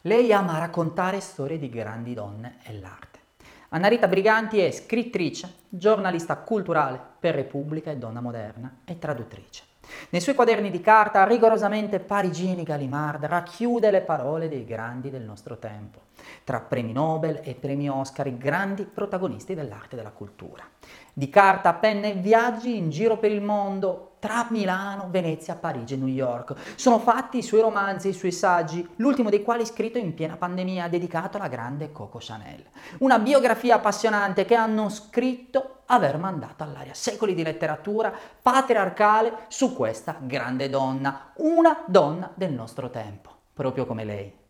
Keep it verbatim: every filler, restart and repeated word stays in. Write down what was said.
Lei ama raccontare storie di grandi donne e l'arte. Anna Rita Briganti è scrittrice, giornalista culturale per Repubblica e Donna Moderna e traduttrice. Nei suoi quaderni di carta, rigorosamente parigini Gallimard, racchiude le parole dei grandi del nostro tempo, tra premi Nobel e premi Oscar, i grandi protagonisti dell'arte e della cultura. Di carta, penna e viaggi in giro per il mondo, tra Milano, Venezia, Parigi e New York. Sono fatti i suoi romanzi, i suoi saggi, l'ultimo dei quali scritto in piena pandemia, dedicato alla grande Coco Chanel. Una biografia appassionante che hanno scritto aver mandato all'aria secoli di letteratura patriarcale su questa grande donna, una donna del nostro tempo, proprio come lei.